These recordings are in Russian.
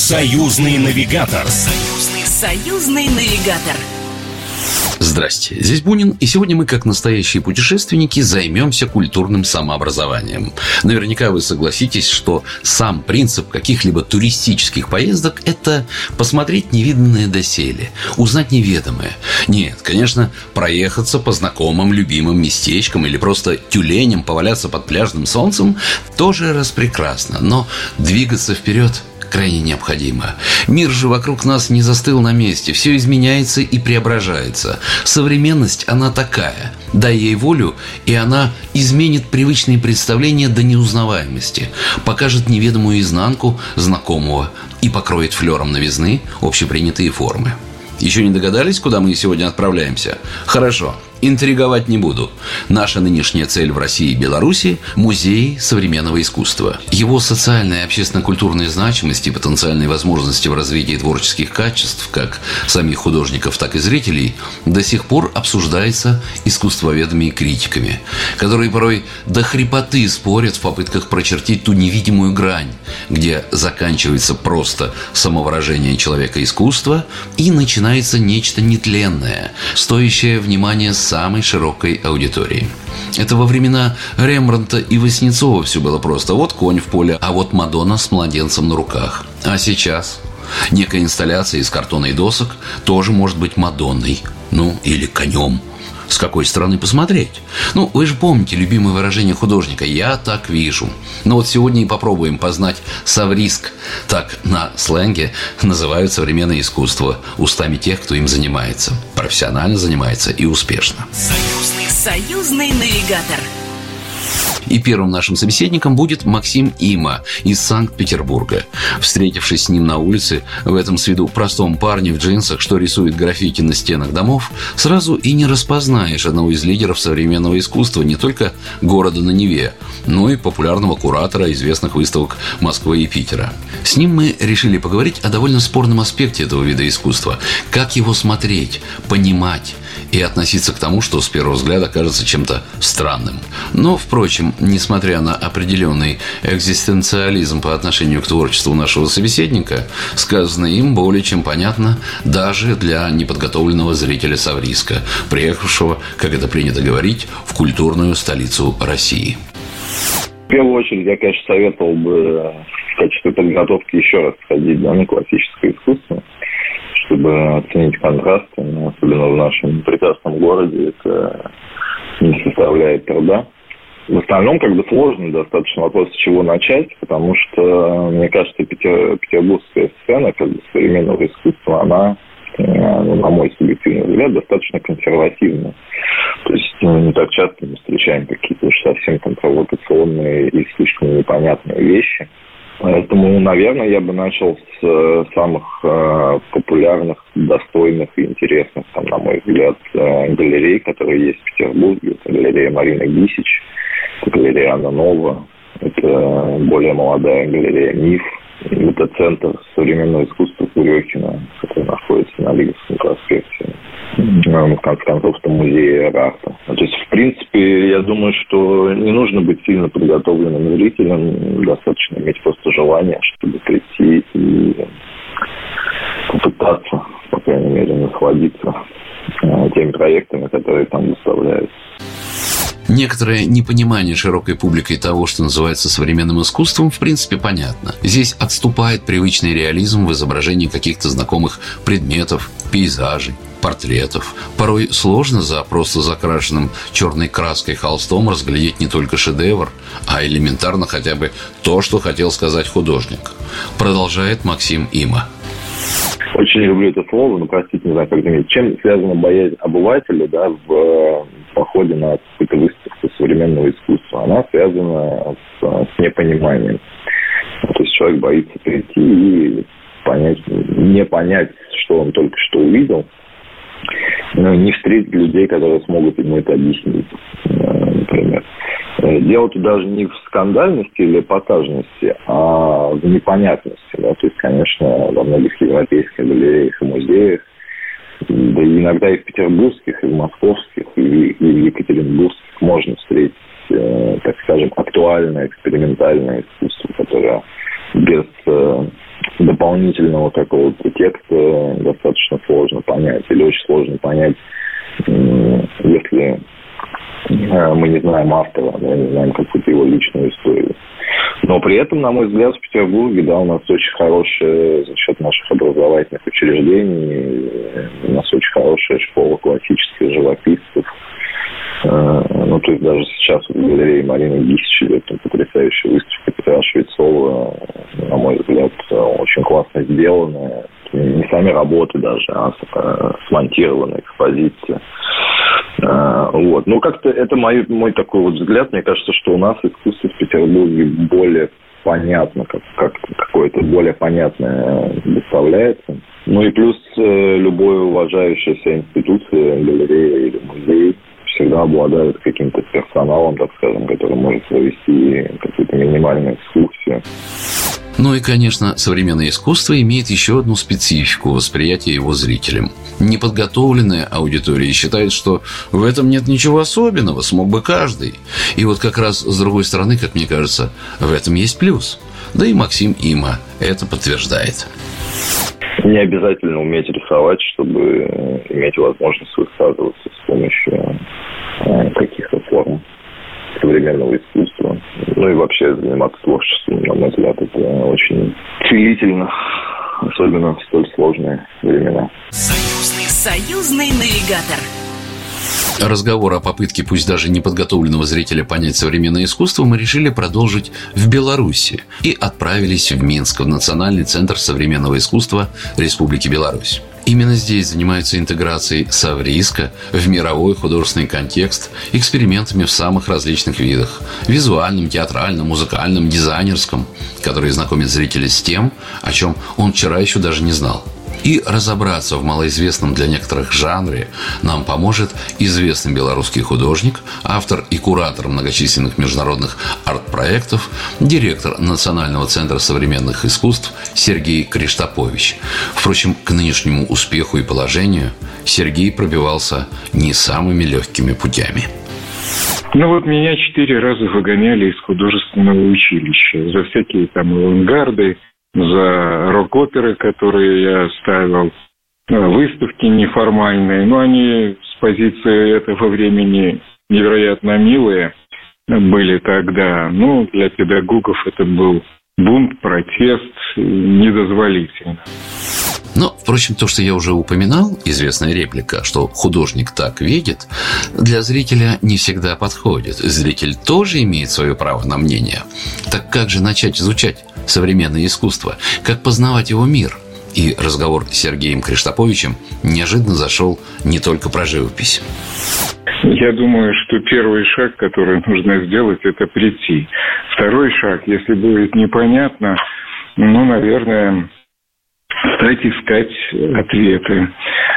Союзный навигатор. Союзный навигатор. Здрасте, здесь Бунин, и сегодня мы, как настоящие путешественники, займемся культурным самообразованием. Наверняка вы согласитесь, что сам принцип каких-либо туристических поездок – это посмотреть невиданное доселе, узнать неведомое. Нет, конечно, проехаться по знакомым, любимым местечкам или просто тюленям поваляться под пляжным солнцем тоже распрекрасно, но двигаться вперед крайне необходимо. Мир же вокруг нас не застыл на месте, все изменяется и преображается. Современность, она такая. Дай ей волю, и она изменит привычные представления до неузнаваемости, покажет неведомую изнанку знакомого и покроет флером новизны общепринятые формы. Еще не догадались, куда мы сегодня отправляемся? Хорошо, интриговать не буду. Наша нынешняя цель в России и Беларуси – музей современного искусства. Его социальная и общественно-культурная значимость и потенциальные возможности в развитии творческих качеств как самих художников, так и зрителей до сих пор обсуждается искусствоведами и критиками, которые порой до хрипоты спорят в попытках прочертить ту невидимую грань, где заканчивается просто самовыражение человека искусства и начинается нечто нетленное, стоящее внимания самой широкой аудитории. Это во времена Рембрандта и Васнецова все было просто. Вот конь в поле, а вот Мадонна с младенцем на руках. А сейчас некая инсталляция из картона и досок тоже может быть Мадонной, или конем. С какой стороны посмотреть? Вы же помните любимое выражение художника «я так вижу». Вот сегодня и попробуем познать совриск. Так на сленге называют современное искусство устами тех, кто им занимается. Профессионально занимается и успешно. Союзный навигатор. И первым нашим собеседником будет Максим Има из Санкт-Петербурга. Встретившись с ним на улице, в этом с виду простом парне в джинсах, что рисует граффити на стенах домов, сразу и не распознаешь одного из лидеров современного искусства не только города на Неве, но и популярного куратора известных выставок Москвы и Питера. С ним мы решили поговорить о довольно спорном аспекте этого вида искусства. Как его смотреть, понимать и относиться к тому, что с первого взгляда кажется чем-то странным. Но, впрочем, несмотря на определенный экзистенциализм по отношению к творчеству нашего собеседника, сказанное им более чем понятно даже для неподготовленного зрителя совриска, приехавшего, как это принято говорить, в культурную столицу России. В первую очередь, я, конечно, советовал бы в качестве подготовки еще раз сходить на классическое искусство, чтобы оценить контрасты, особенно в нашем прекрасном городе, это не составляет труда. В остальном, сложно достаточно вопрос, с чего начать, потому что, мне кажется, петербургская сцена, современного искусства, она, на мой субъективный взгляд, достаточно консервативная. То есть, не так часто мы встречаем какие-то уж совсем провокационные и слишком непонятные вещи. Поэтому, наверное, я бы начал с самых популярных, достойных и интересных, на мой взгляд, галерей, которые есть в Петербурге. Это галерея Марины Гисич, это галерея Анна Нова, это более молодая галерея «Миф». Это центр современного искусства Курехина, который находится на Лиговском проспекте. В конце концов, это музей арта. То есть, в принципе, я думаю, что не нужно быть сильно подготовленным зрителем, достаточно иметь просто желание, чтобы прийти и попытаться, по крайней мере, насладиться теми проектами, которые там выставляются. Некоторое непонимание широкой публикой того, что называется современным искусством, в принципе, понятно. Здесь отступает привычный реализм в изображении каких-то знакомых предметов, пейзажей, портретов. Порой сложно за просто закрашенным черной краской холстом разглядеть не только шедевр, а элементарно хотя бы то, что хотел сказать художник. Продолжает Максим Има. Очень люблю это слово, простите, не знаю, как заметить. Чем связана боязнь обывателя, в походе на какую-то выставку современного искусства? Она связана с непониманием. То есть человек боится прийти и не понять, что он только что увидел, не встретить людей, которые смогут ему это объяснить, например. Дело тут даже не в скандальности или эпатажности, а в непонятности. То есть, конечно, во многих европейских галереях и музеях, да и иногда и в петербургских, и в московских, и в екатеринбургских можно встретить, так скажем, актуальное экспериментальное искусство, которое без дополнительного какого-то текста достаточно сложно понять, или очень сложно понять, если мы не знаем автора, мы не знаем какую-то его личную историю. Но при этом, на мой взгляд, в Петербурге, у нас очень хорошая, за счет наших образовательных учреждений, у нас очень хорошая школа классических живописцев. То есть даже сейчас в галерее Марины Гисич идет потрясающая выставка Петра Швецова, на мой взгляд, очень классно сделанная. Не сами работы даже, а смонтированная экспозиция. Как-то это мой такой взгляд. Мне кажется, что у нас искусство в Петербурге более понятно, как какое-то более понятное доставляется. И плюс любая уважающаяся институция, галерея или музей всегда обладают каким-то персоналом, так скажем, который может провести какую-то минимальную экскурсию. И, конечно, современное искусство имеет еще одну специфику восприятия его зрителям. Неподготовленная аудитория считает, что в этом нет ничего особенного, смог бы каждый. И как раз с другой стороны, как мне кажется, в этом есть плюс. Да и Максим Има это подтверждает. Не обязательно уметь рисовать, чтобы иметь возможность высказываться с помощью каких-то форм современного искусства. И вообще заниматься творчеством, на мой взгляд, это очень целительно, особенно в столь сложные времена. Союзный навигатор. Разговор о попытке, пусть даже неподготовленного зрителя, понять современное искусство мы решили продолжить в Беларуси и отправились в Минск, в Национальный центр современного искусства Республики Беларусь. Именно здесь занимаются интеграцией совриска в мировой художественный контекст экспериментами в самых различных видах – визуальном, театральном, музыкальном, дизайнерском, которые знакомят зрителя с тем, о чем он вчера еще даже не знал. И разобраться в малоизвестном для некоторых жанре нам поможет известный белорусский художник, автор и куратор многочисленных международных арт-проектов, директор Национального центра современных искусств Сергей Криштопович. Впрочем, к нынешнему успеху и положению Сергей пробивался не самыми легкими путями. Меня 4 раза выгоняли из художественного училища за всякие авангарды, за рок-оперы, которые я ставил, выставки неформальные. Они с позиции этого времени невероятно милые были тогда. Для педагогов это был бунт, протест, недозволительно. Но, впрочем, то, что я уже упоминал, известная реплика, что художник так видит, для зрителя не всегда подходит. Зритель тоже имеет свое право на мнение. Так как же начать изучать современное искусство? Как познавать его мир? И разговор с Сергеем Криштоповичем неожиданно зашел не только про живопись. Я думаю, что первый шаг, который нужно сделать, это прийти. Второй шаг, если будет непонятно, наверное, стать искать ответы.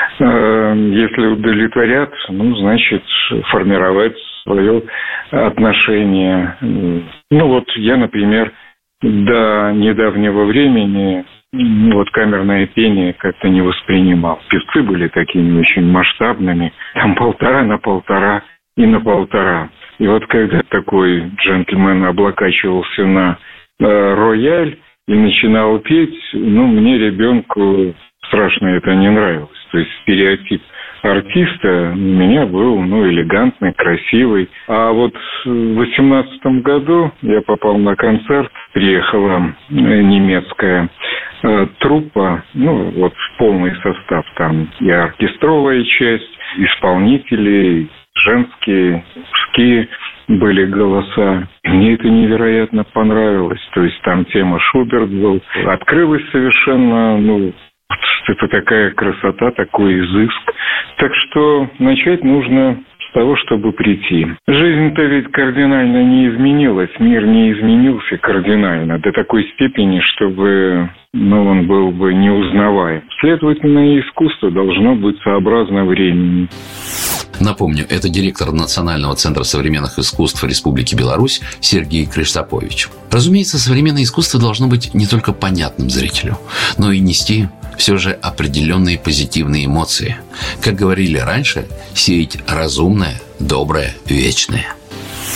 Если удовлетворят, значит, формировать свое отношение. Я, например, до недавнего времени камерное пение как-то не воспринимал. Певцы были такими очень масштабными, 1,5 на 1,5 и на 1,5. И когда такой джентльмен облокачивался на рояль и начинал петь, мне, ребенку, страшно это не нравилось. То есть стереотип артиста у меня был, элегантный, красивый. А в 2018 году я попал на концерт, приехала немецкая труппа, в полный состав, там и оркестровая часть, исполнители, женские, мужские были голоса. Мне это невероятно понравилось. То есть там тема Шуберт был. Открылась совершенно, это такая красота, такой изыск. Так что начать нужно с того, чтобы прийти. Жизнь-то ведь кардинально не изменилась, мир не изменился кардинально до такой степени, чтобы он был бы неузнаваем. Следовательно, и искусство должно быть сообразно времени. Напомню, это директор Национального центра современных искусств Республики Беларусь Сергей Криштопович. Разумеется, современное искусство должно быть не только понятным зрителю, но и нести все же определенные позитивные эмоции. Как говорили раньше, сеять разумное, доброе, вечное.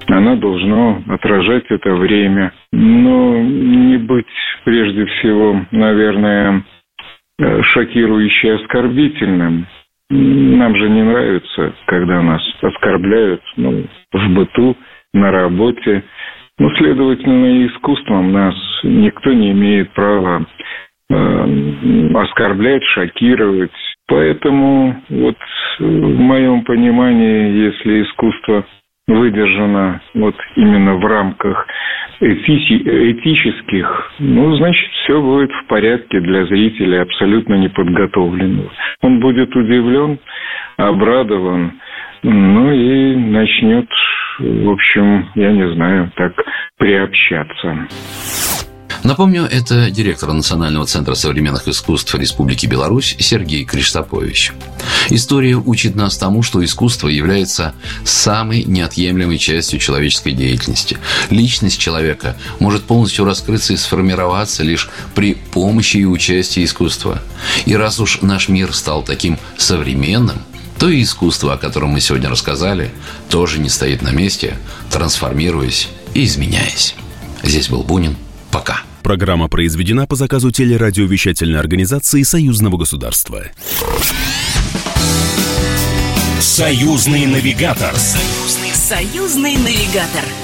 Оно должно отражать это время, но не быть прежде всего, наверное, шокирующе оскорбительным. Нам же не нравится, когда нас оскорбляют в быту, на работе. Следовательно, и искусством нас никто не имеет права оскорблять, шокировать. Поэтому в моем понимании, если искусство выдержано именно в рамках этических, значит, все будет в порядке для зрителя, абсолютно неподготовленного. Он будет удивлен, обрадован, и начнет, в общем, я не знаю, так приобщаться. Напомню, это директор Национального центра современных искусств Республики Беларусь Сергей Криштопович. История учит нас тому, что искусство является самой неотъемлемой частью человеческой деятельности. Личность человека может полностью раскрыться и сформироваться лишь при помощи и участии искусства. И раз уж наш мир стал таким современным, то и искусство, о котором мы сегодня рассказали, тоже не стоит на месте, трансформируясь и изменяясь. Здесь был Бунин. Пока. Программа произведена по заказу телерадиовещательной организации Союзного государства. Союзный навигатор. Союзный навигатор.